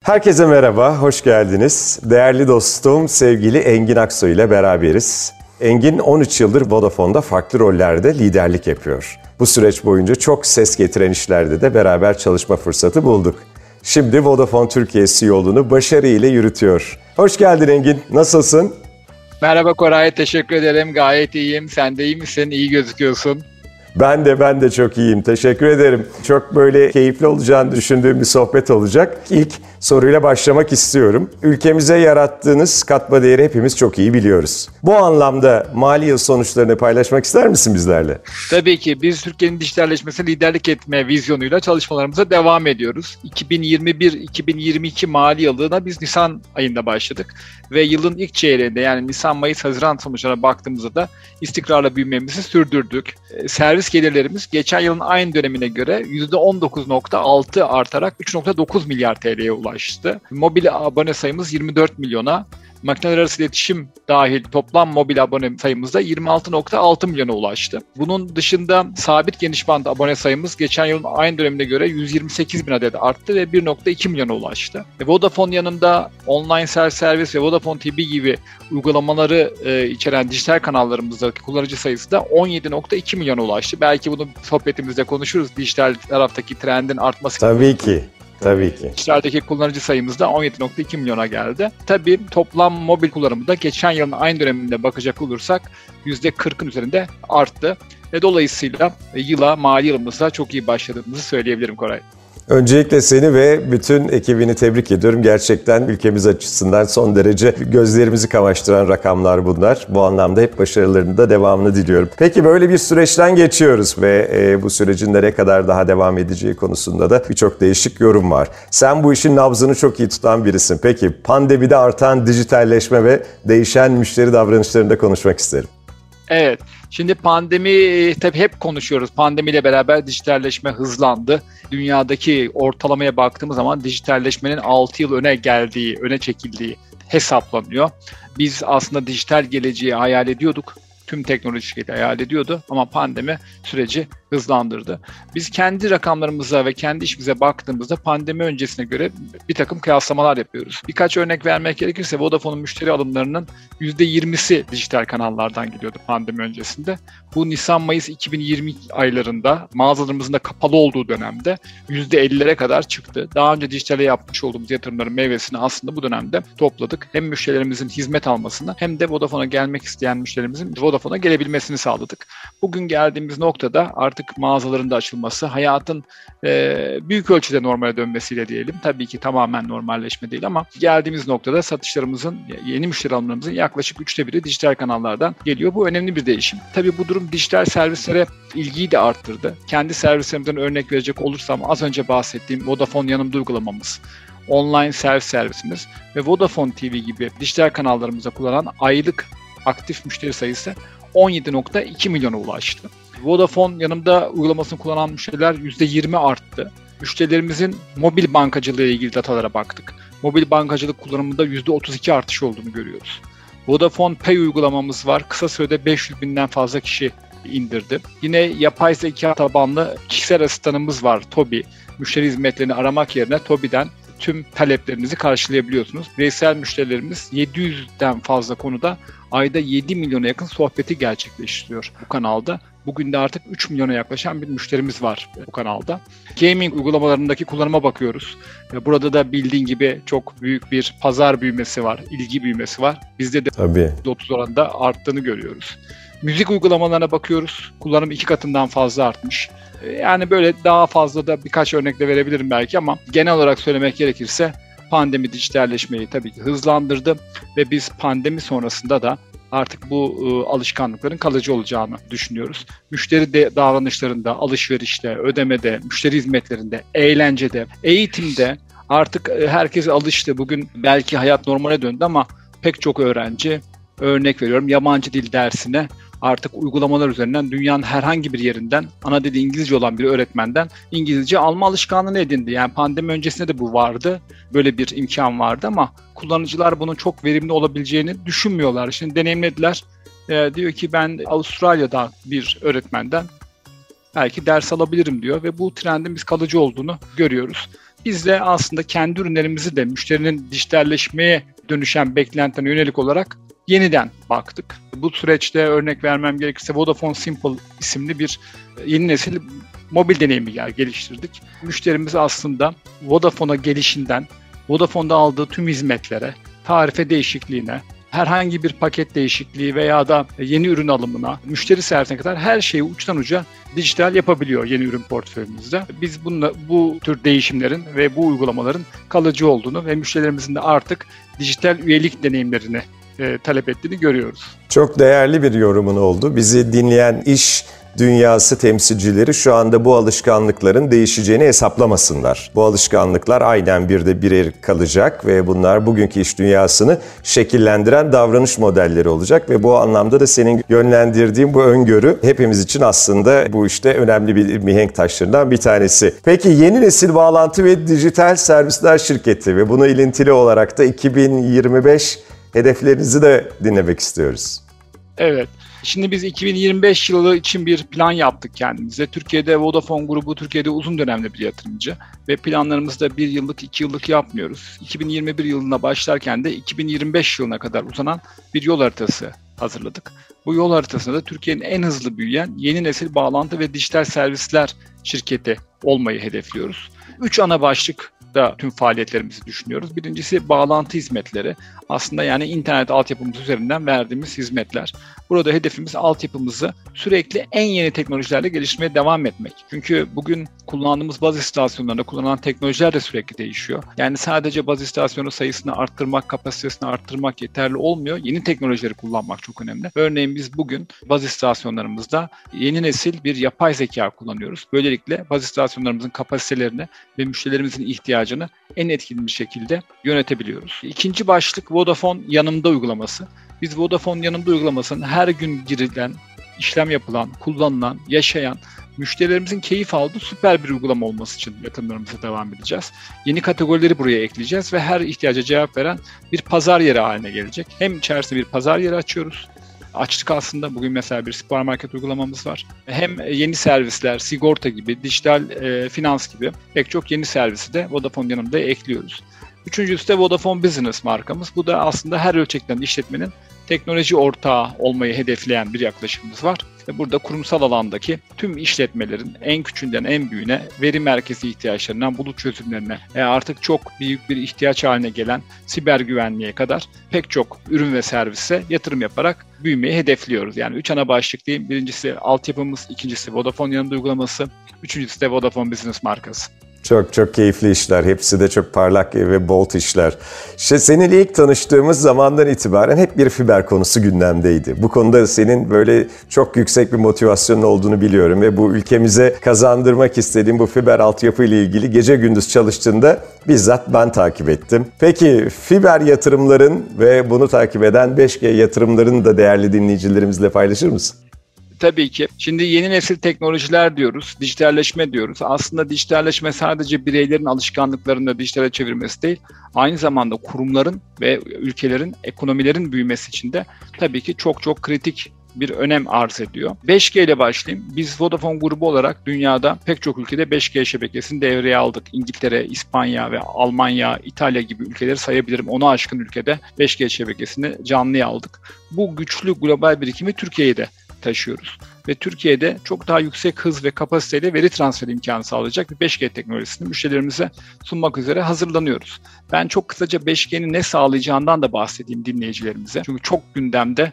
Herkese merhaba, hoş geldiniz. Değerli dostum, sevgili Engin Aksoy ile beraberiz. Engin 13 yıldır Vodafone'da farklı rollerde liderlik yapıyor. Bu süreç boyunca çok ses getiren işlerde de beraber çalışma fırsatı bulduk. Şimdi Vodafone Türkiye CEO'luğunu başarıyla yürütüyor. Hoş geldin Engin, nasılsın? Merhaba Koray, teşekkür ederim. Gayet iyiyim. Sen de iyi misin? İyi gözüküyorsun. Ben de çok iyiyim. Teşekkür ederim. Çok böyle keyifli olacağını düşündüğüm bir sohbet olacak. İlk soruyla başlamak istiyorum. Ülkemize yarattığınız katma değeri hepimiz çok iyi biliyoruz. Bu anlamda mali yıl sonuçlarını paylaşmak ister misin bizlerle? Tabii ki biz Türkiye'nin dijitalleşmesine liderlik etme vizyonuyla çalışmalarımıza devam ediyoruz. 2021-2022 mali yılına biz Nisan ayında başladık. Ve yılın ilk çeyreğinde yani Nisan, Mayıs, Haziran sonuçlarına baktığımızda da istikrarla büyümemizi sürdürdük. Servis gelirlerimiz geçen yılın aynı dönemine göre %19.6 artarak 3.9 milyar TL'ye ulaştı. Mobil abone sayımız 24 milyona, makineler arası iletişim dahil toplam mobil abone sayımız da 26.6 milyona ulaştı. Bunun dışında sabit geniş band abone sayımız geçen yılın aynı dönemine göre 128 bin adet arttı ve 1.2 milyona ulaştı. Vodafone yanında online self-servis ve Vodafone TV gibi uygulamaları içeren dijital kanallarımızdaki kullanıcı sayısı da 17.2 milyona ulaştı. Belki bunu sohbetimizde konuşuruz. Dijital taraftaki trendin artması. Tabii ki. Dijitaldeki kullanıcı sayımız da 17.2 milyona geldi. Tabii toplam mobil kullanımı da geçen yılın aynı döneminde bakacak olursak %40'ın üzerinde arttı. Ve dolayısıyla mali yılımıza çok iyi başladığımızı söyleyebilirim Koray. Öncelikle seni ve bütün ekibini tebrik ediyorum. Gerçekten ülkemiz açısından son derece gözlerimizi kamaştıran rakamlar bunlar. Bu anlamda hep başarılarının da devamını diliyorum. Peki böyle bir süreçten geçiyoruz ve bu sürecin nereye kadar daha devam edeceği konusunda da birçok değişik yorum var. Sen bu işin nabzını çok iyi tutan birisin. Peki pandemide artan dijitalleşme ve değişen müşteri davranışlarında konuşmak isterim. Evet. Şimdi pandemi tabii hep konuşuyoruz. Pandemiyle beraber dijitalleşme hızlandı. Dünyadaki ortalamaya baktığımız zaman dijitalleşmenin 6 yıl öne çekildiği hesaplanıyor. Biz aslında dijital geleceği hayal ediyorduk. Tüm teknoloji şirketi hayal ediyordu ama pandemi süreci hızlandırdı. Biz kendi rakamlarımıza ve kendi işimize baktığımızda pandemi öncesine göre bir takım kıyaslamalar yapıyoruz. Birkaç örnek vermek gerekirse Vodafone'un müşteri alımlarının %20'si dijital kanallardan geliyordu pandemi öncesinde. Bu Nisan-Mayıs 2020 aylarında mağazalarımızın da kapalı olduğu dönemde %50'lere kadar çıktı. Daha önce dijitale yapmış olduğumuz yatırımların meyvesini aslında bu dönemde topladık. Hem müşterilerimizin hizmet almasını hem de Vodafone'a gelmek isteyen müşterimizin Vodafone'a gelebilmesini sağladık. Bugün geldiğimiz noktada artık mağazaların da açılması, hayatın büyük ölçüde normale dönmesiyle diyelim. Tabii ki tamamen normalleşme değil ama geldiğimiz noktada satışlarımızın, yeni müşteri alımlarımızın yaklaşık 1/3 dijital kanallardan geliyor. Bu önemli bir değişim. Tabii bu durum dijital servislere ilgiyi de arttırdı. Kendi servislerimizden örnek verecek olursam az önce bahsettiğim Vodafone yanımda uygulamamız, online servisimiz ve Vodafone TV gibi dijital kanallarımızda kullanan aylık aktif müşteri sayısı 17.2 milyona ulaştı. Vodafone yanımda uygulamasını kullanan müşteriler %20 arttı. Müşterilerimizin mobil bankacılığı ile ilgili datalara baktık. Mobil bankacılık kullanımında %32 artış olduğunu görüyoruz. Vodafone Pay uygulamamız var. Kısa sürede 500 binden fazla kişi indirdi. Yine yapay zeka tabanlı kişisel asistanımız var, Tobi. Müşteri hizmetlerini aramak yerine Tobi'den tüm taleplerinizi karşılayabiliyorsunuz. Bireysel müşterilerimiz 700'den fazla konuda ayda 7 milyona yakın sohbeti gerçekleştiriyor bu kanalda. Bugün de artık 3 milyona yaklaşan bir müşterimiz var bu kanalda. Gaming uygulamalarındaki kullanıma bakıyoruz. Burada da bildiğin gibi çok büyük bir pazar büyümesi var, ilgi büyümesi var. Bizde de %30 oranında arttığını görüyoruz. Müzik uygulamalarına bakıyoruz. Kullanım 2 katından fazla artmış. Yani böyle daha fazla da birkaç örnek de verebilirim belki ama genel olarak söylemek gerekirse pandemi dijitalleşmeyi tabii ki hızlandırdı ve biz pandemi sonrasında da artık bu alışkanlıkların kalıcı olacağını düşünüyoruz. Müşteri davranışlarında, alışverişte, ödemede, müşteri hizmetlerinde, eğlencede, eğitimde artık herkes alıştı. Bugün belki hayat normale döndü ama pek çok öğrenci, örnek veriyorum, yabancı dil dersine artık uygulamalar üzerinden dünyanın herhangi bir yerinden ana dili İngilizce olan bir öğretmenden İngilizce alma alışkanlığını edindi. Yani pandemi öncesinde de bu vardı. Böyle bir imkan vardı ama kullanıcılar bunun çok verimli olabileceğini düşünmüyorlar. Şimdi deneyimlediler. Diyor ki ben Avustralya'da bir öğretmenden belki ders alabilirim diyor ve bu trendin biz kalıcı olduğunu görüyoruz. Biz de aslında kendi ürünlerimizi de müşterinin dijitalleşmeye dönüşen beklentilerine yönelik olarak yeniden baktık. Bu süreçte örnek vermem gerekirse Vodafone Simple isimli bir yeni nesil mobil deneyimi geliştirdik. Müşterimiz aslında Vodafone'a gelişinden, Vodafone'da aldığı tüm hizmetlere, tarife değişikliğine, herhangi bir paket değişikliği veya da yeni ürün alımına, müşteri servisine kadar her şeyi uçtan uca dijital yapabiliyor yeni ürün portföyümüzde. Biz bu tür değişimlerin ve bu uygulamaların kalıcı olduğunu ve müşterilerimizin de artık dijital üyelik deneyimlerini talep ettiğini görüyoruz. Çok değerli bir yorumun oldu. Bizi dinleyen iş dünyası temsilcileri şu anda bu alışkanlıkların değişeceğini hesaplamasınlar. Bu alışkanlıklar aynen birer kalacak ve bunlar bugünkü iş dünyasını şekillendiren davranış modelleri olacak ve bu anlamda da senin yönlendirdiğin bu öngörü hepimiz için aslında bu işte önemli bir mihenk taşlarından bir tanesi. Peki yeni nesil bağlantı ve dijital servisler şirketi ve buna ilintili olarak da 2025 hedeflerinizi de dinlemek istiyoruz. Evet. Şimdi biz 2025 yılı için bir plan yaptık kendimize. Türkiye'de Vodafone grubu Türkiye'de uzun dönemli bir yatırımcı ve planlarımızda 1 yıllık, 2 yıllık yapmıyoruz. 2021 yılına başlarken de 2025 yılına kadar uzanan bir yol haritası hazırladık. Bu yol haritasında da Türkiye'nin en hızlı büyüyen yeni nesil bağlantı ve dijital servisler şirketi olmayı hedefliyoruz. 3 ana başlık da tüm faaliyetlerimizi düşünüyoruz. Birincisi bağlantı hizmetleri. Aslında yani internet altyapımız üzerinden verdiğimiz hizmetler. Burada hedefimiz altyapımızı sürekli en yeni teknolojilerle geliştirmeye devam etmek. Çünkü bugün kullandığımız baz istasyonlarında kullanılan teknolojiler de sürekli değişiyor. Yani sadece baz istasyonu sayısını arttırmak, kapasitesini arttırmak yeterli olmuyor. Yeni teknolojileri kullanmak çok önemli. Örneğin biz bugün baz istasyonlarımızda yeni nesil bir yapay zeka kullanıyoruz. Böylelikle baz istasyonlarımızın kapasitelerini ve müşterilerimizin ihtiyacını en etkili bir şekilde yönetebiliyoruz. İkinci başlık Vodafone Yanımda uygulaması. Biz Vodafone Yanımda uygulamasının her gün girilen, işlem yapılan, kullanılan, yaşayan, müşterilerimizin keyif aldığı süper bir uygulama olması için yatırımlarımıza devam edeceğiz. Yeni kategorileri buraya ekleyeceğiz ve her ihtiyaca cevap veren bir pazar yeri haline gelecek. Hem içerisinde bir pazar yeri açıyoruz. Açtık aslında. Bugün mesela bir süpermarket uygulamamız var. Hem yeni servisler, sigorta gibi, dijital finans gibi pek çok yeni servisi de Vodafone Yanımda ekliyoruz. Üçüncüsü de Vodafone Business markamız. Bu da aslında her ölçekten işletmenin teknoloji ortağı olmayı hedefleyen bir yaklaşımımız var. Burada kurumsal alandaki tüm işletmelerin en küçüğünden en büyüğüne, veri merkezi ihtiyaçlarından bulut çözümlerine, artık çok büyük bir ihtiyaç haline gelen siber güvenliğe kadar pek çok ürün ve servise yatırım yaparak büyümeyi hedefliyoruz. Yani 3 ana başlık diyeyim. Birincisi altyapımız, ikincisi Vodafone Yanımda uygulaması, üçüncüsü de Vodafone Business markası. Çok çok keyifli işler. Hepsi de çok parlak ve bold işler. İşte seninle ilk tanıştığımız zamandan itibaren hep bir fiber konusu gündemdeydi. Bu konuda senin böyle çok yüksek bir motivasyonun olduğunu biliyorum ve bu ülkemize kazandırmak istediğin bu fiber altyapı ile ilgili gece gündüz çalıştığında bizzat ben takip ettim. Peki fiber yatırımların ve bunu takip eden 5G yatırımlarını da değerli dinleyicilerimizle paylaşır mısın? Tabii ki. Şimdi yeni nesil teknolojiler diyoruz, dijitalleşme diyoruz. Aslında dijitalleşme sadece bireylerin alışkanlıklarını da dijitale çevirmesi değil, aynı zamanda kurumların ve ülkelerin, ekonomilerin büyümesi için de tabii ki çok çok kritik bir önem arz ediyor. 5G ile başlayayım. Biz Vodafone grubu olarak dünyada pek çok ülkede 5G şebekesini devreye aldık. İngiltere, İspanya ve Almanya, İtalya gibi ülkeleri sayabilirim. 10'a aşkın ülkede 5G şebekesini canlıya aldık. Bu güçlü global birikimi Türkiye'ye de taşıyoruz. Ve Türkiye'de çok daha yüksek hız ve kapasiteyle veri transferi imkanı sağlayacak bir 5G teknolojisini müşterilerimize sunmak üzere hazırlanıyoruz. Ben çok kısaca 5G'nin ne sağlayacağından da bahsedeyim dinleyicilerimize. Çünkü çok gündemde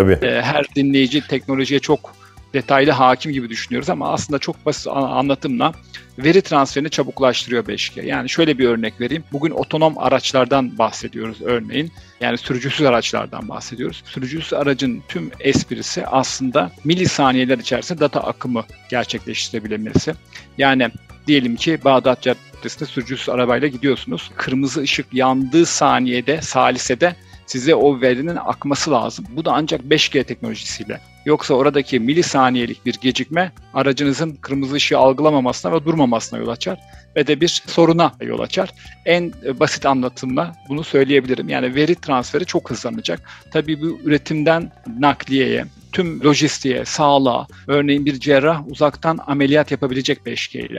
her dinleyici teknolojiye çok detaylı hakim gibi düşünüyoruz ama aslında çok basit anlatımla veri transferini çabuklaştırıyor 5G. Yani şöyle bir örnek vereyim. Bugün otonom araçlardan bahsediyoruz örneğin. Yani sürücüsüz araçlardan bahsediyoruz. Sürücüsüz aracın tüm esprisi aslında milisaniyeler içerisinde data akımı gerçekleştirebilmesi. Yani diyelim ki Bağdat Caddesi'nde sürücüsüz arabayla gidiyorsunuz. Kırmızı ışık yandığı saniyede, salisede size o verinin akması lazım. Bu da ancak 5G teknolojisiyle. Yoksa oradaki milisaniyelik bir gecikme aracınızın kırmızı ışığı algılamamasına ve durmamasına yol açar ve de bir soruna yol açar. En basit anlatımla bunu söyleyebilirim. Yani veri transferi çok hızlanacak. Tabii bu üretimden nakliyeye, tüm lojistiğe, sağlığa, örneğin bir cerrah uzaktan ameliyat yapabilecek 5G ile.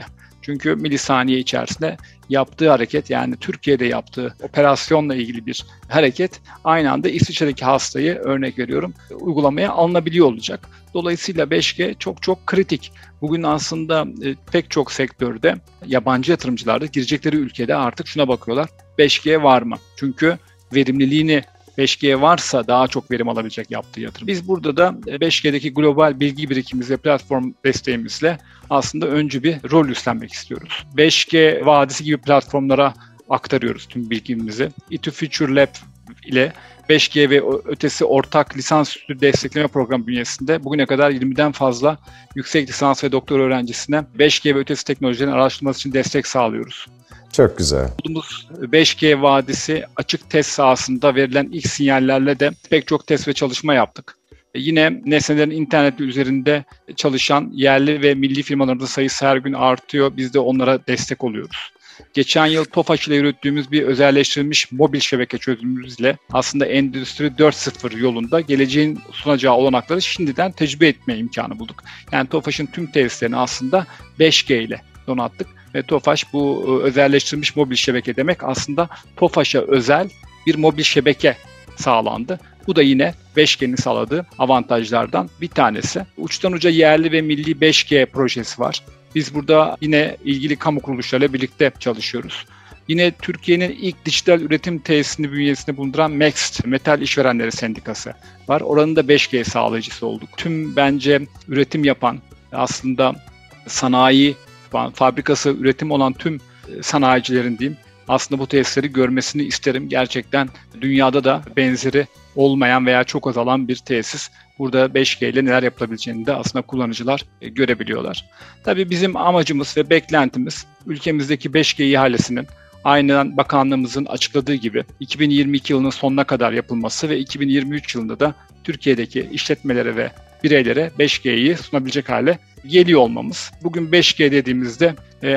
Çünkü milisaniye içerisinde yaptığı hareket, yani Türkiye'de yaptığı operasyonla ilgili bir hareket aynı anda İsviçre'deki hastayı, örnek veriyorum, uygulamaya alınabiliyor olacak. Dolayısıyla 5G çok çok kritik. Bugün aslında pek çok sektörde yabancı yatırımcılar da girecekleri ülkede artık şuna bakıyorlar: 5G var mı? Çünkü verimliliğini, 5G varsa daha çok verim alabilecek yaptığı yatırım. Biz burada da 5G'deki global bilgi birikimimiz ve platform desteğimizle aslında öncü bir rol üstlenmek istiyoruz. 5G vadisi gibi platformlara aktarıyoruz tüm bilgimizi. E2Future Lab ile 5G ve ötesi ortak lisansüstü destekleme programı bünyesinde bugüne kadar 20'den fazla yüksek lisans ve doktor öğrencisine 5G ve ötesi teknolojilerin araştırması için destek sağlıyoruz. Çok güzel. Bulduğumuz 5G vadisi açık test sahasında verilen ilk sinyallerle de pek çok test ve çalışma yaptık. Yine nesnelerin interneti üzerinde çalışan yerli ve milli firmalarımızın sayısı her gün artıyor. Biz de onlara destek oluyoruz. Geçen yıl TOFAŞ ile yürüttüğümüz bir özelleştirilmiş mobil şebeke çözümümüzle aslında Endüstri 4.0 yolunda geleceğin sunacağı olanakları şimdiden tecrübe etme imkanı bulduk. Yani TOFAŞ'ın tüm tesislerini aslında 5G ile donattık. Ve TOFAŞ, bu özelleştirilmiş mobil şebeke demek, aslında TOFAŞ'a özel bir mobil şebeke sağlandı. Bu da yine 5G'nin sağladığı avantajlardan bir tanesi. Uçtan uca yerli ve milli 5G projesi var. Biz burada yine ilgili kamu kuruluşlarıyla birlikte çalışıyoruz. Yine Türkiye'nin ilk dijital üretim tesisini bünyesinde bulunduran MEXT, Metal İşverenleri Sendikası var. Oranın da 5G sağlayıcısı olduk. Tüm bence üretim yapan, aslında sanayi, fabrikası üretim olan tüm sanayicilerin diyeyim, aslında bu tesisleri görmesini isterim. Gerçekten dünyada da benzeri olmayan veya çok azalan bir tesis. Burada 5G ile neler yapılabileceğini de aslında kullanıcılar görebiliyorlar. Tabii bizim amacımız ve beklentimiz ülkemizdeki 5G ihalesinin aynen bakanlığımızın açıkladığı gibi 2022 yılının sonuna kadar yapılması ve 2023 yılında da Türkiye'deki işletmelere ve bireylere 5G'yi sunabilecek hale geliyor olmamız. Bugün 5G dediğimizde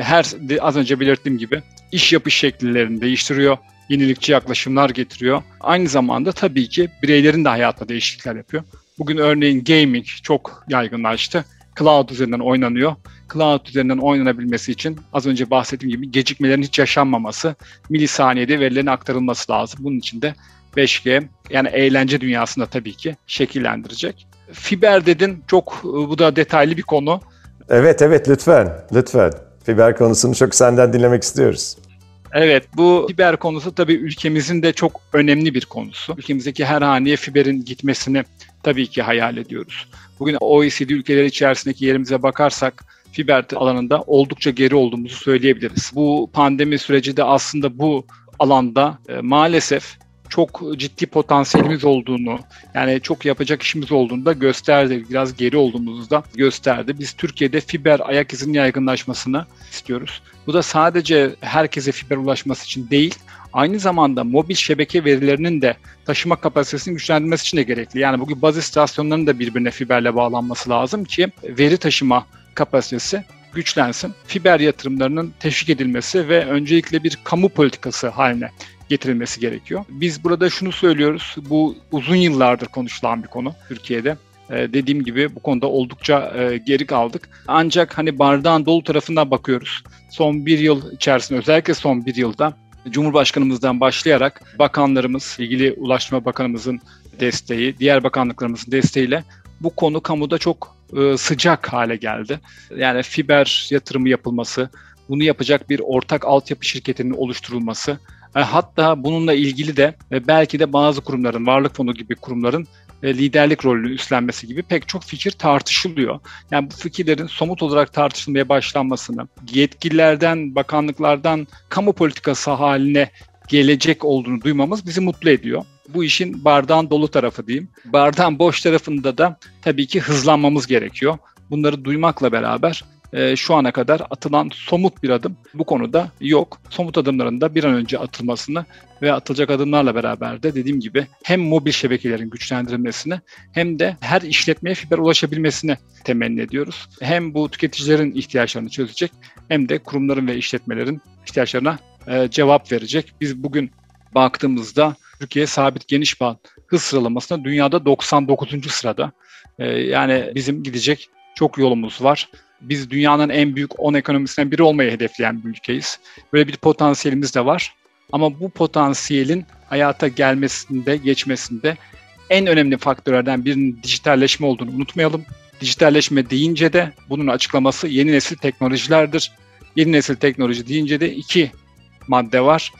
az önce belirttiğim gibi iş yapış şekillerini değiştiriyor, yenilikçi yaklaşımlar getiriyor. Aynı zamanda tabii ki bireylerin de hayatında değişiklikler yapıyor. Bugün örneğin gaming çok yaygınlaştı. Cloud üzerinden oynanıyor. Cloud üzerinden oynanabilmesi için az önce bahsettiğim gibi gecikmelerin hiç yaşanmaması, milisaniyede verilerin aktarılması lazım. Bunun için de 5G, yani eğlence dünyasında tabii ki şekillendirecek. Fiber dedin, çok bu da detaylı bir konu. Evet lütfen. Fiber konusunu çok senden dinlemek istiyoruz. Evet, bu fiber konusu tabii ülkemizin de çok önemli bir konusu. Ülkemizdeki her haneye fiberin gitmesini tabii ki hayal ediyoruz. Bugün OECD ülkeleri içerisindeki yerimize bakarsak fiber alanında oldukça geri olduğumuzu söyleyebiliriz. Bu pandemi süreci de aslında bu alanda maalesef çok ciddi potansiyelimiz olduğunu, yani çok yapacak işimiz olduğunu da gösterdi. Biraz geri olduğumuzu da gösterdi. Biz Türkiye'de fiber ayak izinin yaygınlaşmasını istiyoruz. Bu da sadece herkese fiber ulaşması için değil, aynı zamanda mobil şebeke verilerinin de taşıma kapasitesinin güçlendirilmesi için de gerekli. Yani bugün baz istasyonlarının da birbirine fiberle bağlanması lazım ki veri taşıma kapasitesi güçlensin. Fiber yatırımlarının teşvik edilmesi ve öncelikle bir kamu politikası haline getirilmesi gerekiyor. Biz burada şunu söylüyoruz, bu uzun yıllardır konuşulan bir konu Türkiye'de. Dediğim gibi bu konuda oldukça geri kaldık. Ancak hani bardağın dolu tarafından bakıyoruz. Son bir yıl içerisinde, özellikle son bir yılda Cumhurbaşkanımızdan başlayarak bakanlarımız, ilgili Ulaştırma Bakanımızın desteği, diğer bakanlıklarımızın desteğiyle bu konu kamuda çok sıcak hale geldi. Yani fiber yatırımı yapılması, bunu yapacak bir ortak altyapı şirketinin oluşturulması, hatta bununla ilgili de belki de bazı kurumların, Varlık Fonu gibi kurumların liderlik rolünü üstlenmesi gibi pek çok fikir tartışılıyor. Yani bu fikirlerin somut olarak tartışılmaya başlanmasını, yetkililerden, bakanlıklardan kamu politikası haline gelecek olduğunu duymamız bizi mutlu ediyor. Bu işin bardağın dolu tarafı diyeyim. Bardağın boş tarafında da tabii ki hızlanmamız gerekiyor. Bunları duymakla beraber şu ana kadar atılan somut bir adım bu konuda yok. Somut adımların da bir an önce atılmasını ve atılacak adımlarla beraber de dediğim gibi hem mobil şebekelerin güçlendirilmesini hem de her işletmeye fiber ulaşabilmesini temenni ediyoruz. Hem bu tüketicilerin ihtiyaçlarını çözecek hem de kurumların ve işletmelerin ihtiyaçlarına cevap verecek. Biz bugün baktığımızda Türkiye sabit geniş bant hız sıralamasında dünyada 99. sırada. Yani bizim gidecek çok yolumuz var. Biz dünyanın en büyük 10 ekonomisinden biri olmayı hedefleyen bir ülkeyiz. Böyle bir potansiyelimiz de var. Ama bu potansiyelin hayata gelmesinde, geçmesinde en önemli faktörlerden birinin dijitalleşme olduğunu unutmayalım. Dijitalleşme deyince de bunun açıklaması yeni nesil teknolojilerdir. Yeni nesil teknoloji deyince de 2 madde var.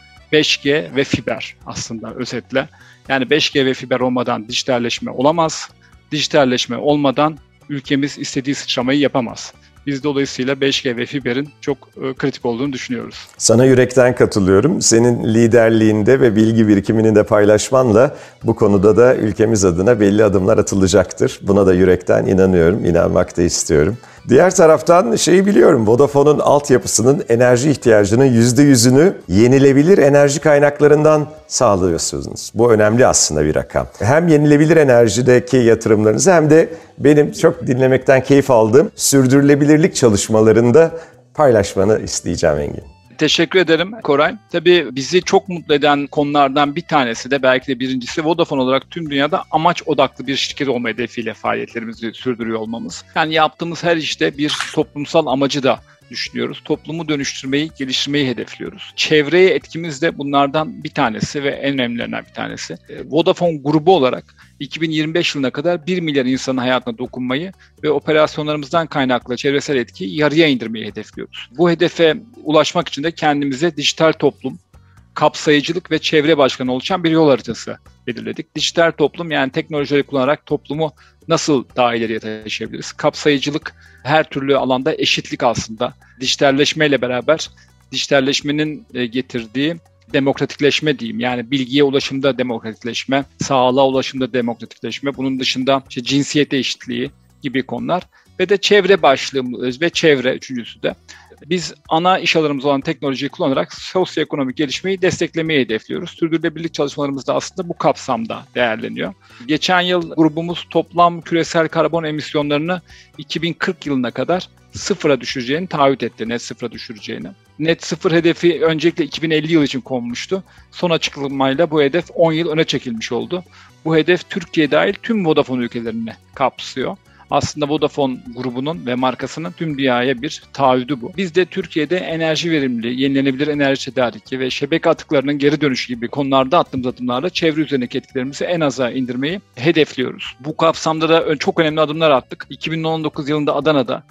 5G ve fiber aslında özetle. Yani 5G ve fiber olmadan dijitalleşme olamaz. Dijitalleşme olmadan ülkemiz istediği sıçramayı yapamaz. Biz dolayısıyla 5G ve fiberin çok kritik olduğunu düşünüyoruz. Sana yürekten katılıyorum. Senin liderliğinde ve bilgi birikimini de paylaşmanla bu konuda da ülkemiz adına belli adımlar atılacaktır. Buna da yürekten inanıyorum, inanmak da istiyorum. Diğer taraftan şeyi biliyorum, Vodafone'un altyapısının enerji ihtiyacının %100'ünü yenilebilir enerji kaynaklarından sağlıyorsunuz. Bu önemli aslında bir rakam. Hem yenilebilir enerjideki yatırımlarınızı hem de benim çok dinlemekten keyif aldığım sürdürülebilirlik çalışmalarında paylaşmanı isteyeceğim Engin. Teşekkür ederim Koray. Tabii bizi çok mutlu eden konulardan bir tanesi de belki de birincisi Vodafone olarak tüm dünyada amaç odaklı bir şirket olma hedefiyle faaliyetlerimizi sürdürüyor olmamız. Yani yaptığımız her işte bir toplumsal amacı da düşünüyoruz. Toplumu dönüştürmeyi, geliştirmeyi hedefliyoruz. Çevreye etkimiz de bunlardan bir tanesi ve en önemlilerinden bir tanesi. Vodafone grubu olarak 2025 yılına kadar 1 milyar insanın hayatına dokunmayı ve operasyonlarımızdan kaynaklı çevresel etkiyi yarıya indirmeyi hedefliyoruz. Bu hedefe ulaşmak için de kendimize dijital toplum, kapsayıcılık ve çevre başkanı oluşan bir yol haritası belirledik. Dijital toplum, yani teknolojileri kullanarak toplumu nasıl daha ileriye taşıyabiliriz? Kapsayıcılık, her türlü alanda eşitlik aslında. Dijitalleşmeyle beraber dijitalleşmenin getirdiği demokratikleşme diyeyim. Yani bilgiye ulaşımda demokratikleşme, sağlığa ulaşımda demokratikleşme, bunun dışında işte cinsiyet eşitliği gibi konular ve de çevre başlığımız ve çevre üçüncüsü de. Biz ana iş alanımız olan teknolojiyi kullanarak sosyoekonomik gelişmeyi desteklemeyi hedefliyoruz. Sürdürülebilirlik çalışmalarımız da aslında bu kapsamda değerleniyor. Geçen yıl grubumuz toplam küresel karbon emisyonlarını 2040 yılına kadar sıfıra düşüreceğini taahhüt etti, net sıfıra düşüreceğini. Net sıfır hedefi öncelikle 2050 yıl için konmuştu. Son açıklamayla bu hedef 10 yıl öne çekilmiş oldu. Bu hedef Türkiye dahil tüm Vodafone ülkelerini kapsıyor. Aslında Vodafone grubunun ve markasının tüm dünyaya bir taahhüdü bu. Biz de Türkiye'de enerji verimliliği, yenilenebilir enerji tedariki ve şebeke atıklarının geri dönüşü gibi konularda attığımız adımlarla çevre üzerindeki etkilerimizi en aza indirmeyi hedefliyoruz. Bu kapsamda da çok önemli adımlar attık. 2019 yılında Adana'da,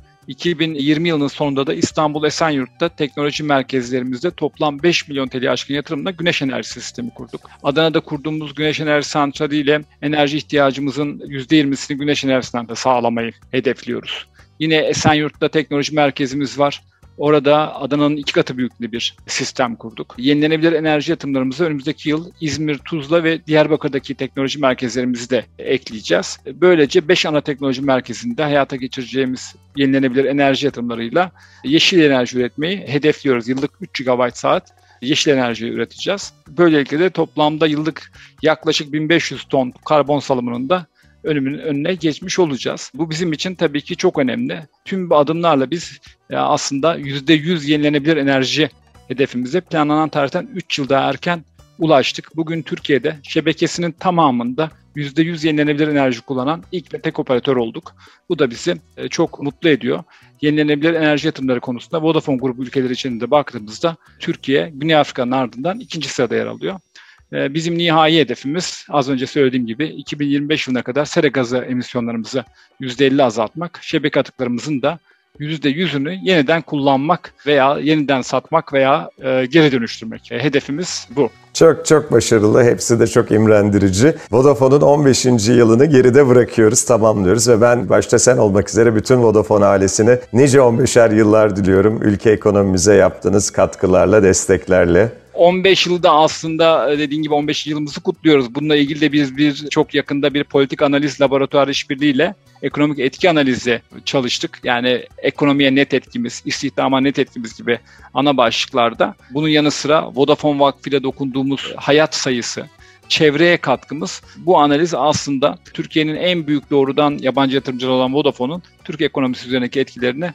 2020 yılının sonunda da İstanbul Esenyurt'ta teknoloji merkezlerimizde toplam 5 milyon TL aşkın yatırımla güneş enerji sistemi kurduk. Adana'da kurduğumuz güneş enerji santraliyle enerji ihtiyacımızın %20'sini güneş enerjisinden de sağlamayı hedefliyoruz. Yine Esenyurt'ta teknoloji merkezimiz var. Orada Adana'nın 2 katı büyüklüğünde bir sistem kurduk. Yenilenebilir enerji yatırımlarımızı önümüzdeki yıl İzmir, Tuzla ve Diyarbakır'daki teknoloji merkezlerimizi de ekleyeceğiz. Böylece 5 ana teknoloji merkezinde hayata geçireceğimiz yenilenebilir enerji yatırımlarıyla yeşil enerji üretmeyi hedefliyoruz. Yıllık 3 GB saat yeşil enerji üreteceğiz. Böylelikle de toplamda yıllık yaklaşık 1500 ton karbon salımının da önüne geçmiş olacağız. Bu bizim için tabii ki çok önemli. Tüm bu adımlarla biz aslında %100 yenilenebilir enerji hedefimize planlanan tarihten 3 yıl daha erken ulaştık. Bugün Türkiye'de şebekesinin tamamında %100 yenilenebilir enerji kullanan ilk ve tek operatör olduk. Bu da bizi çok mutlu ediyor. Yenilenebilir enerji yatırımları konusunda Vodafone grubu ülkeleri içinde baktığımızda Türkiye, Güney Afrika'nın ardından 2. sırada yer alıyor. Bizim nihai hedefimiz az önce söylediğim gibi 2025 yılına kadar sera gazı emisyonlarımızı %50 azaltmak, şebeke atıklarımızın da %100'ünü yeniden kullanmak veya yeniden satmak veya geri dönüştürmek. Hedefimiz bu. Çok çok başarılı. Hepsi de çok imrendirici. Vodafone'un 15. yılını geride bırakıyoruz, tamamlıyoruz ve ben başta sen olmak üzere bütün Vodafone ailesine nice 15'er yıllar diliyorum. Ülke ekonomimize yaptığınız katkılarla, desteklerle. 15 yılda aslında dediğin gibi 15 yılımızı kutluyoruz. Bununla ilgili de biz çok yakında bir politik analiz laboratuvarı işbirliğiyle ekonomik etki analizi çalıştık. Yani ekonomiye net etkimiz, istihdama net etkimiz gibi ana başlıklarda. Bunun yanı sıra Vodafone Vakfı ile dokunduğumuz hayat sayısı, çevreye katkımız, bu analiz aslında Türkiye'nin en büyük doğrudan yabancı yatırımcıları olan Vodafone'un Türkiye ekonomisi üzerindeki etkilerini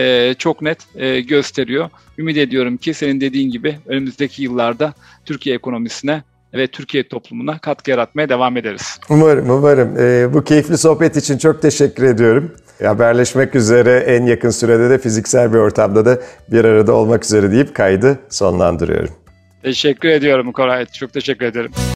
çok net gösteriyor. Ümit ediyorum ki senin dediğin gibi önümüzdeki yıllarda Türkiye ekonomisine ve Türkiye toplumuna katkı yaratmaya devam ederiz. Umarım. Bu keyifli sohbet için çok teşekkür ediyorum. Haberleşmek üzere, en yakın sürede de fiziksel bir ortamda da bir arada olmak üzere deyip kaydı sonlandırıyorum. Teşekkür ediyorum Koray. Çok teşekkür ederim.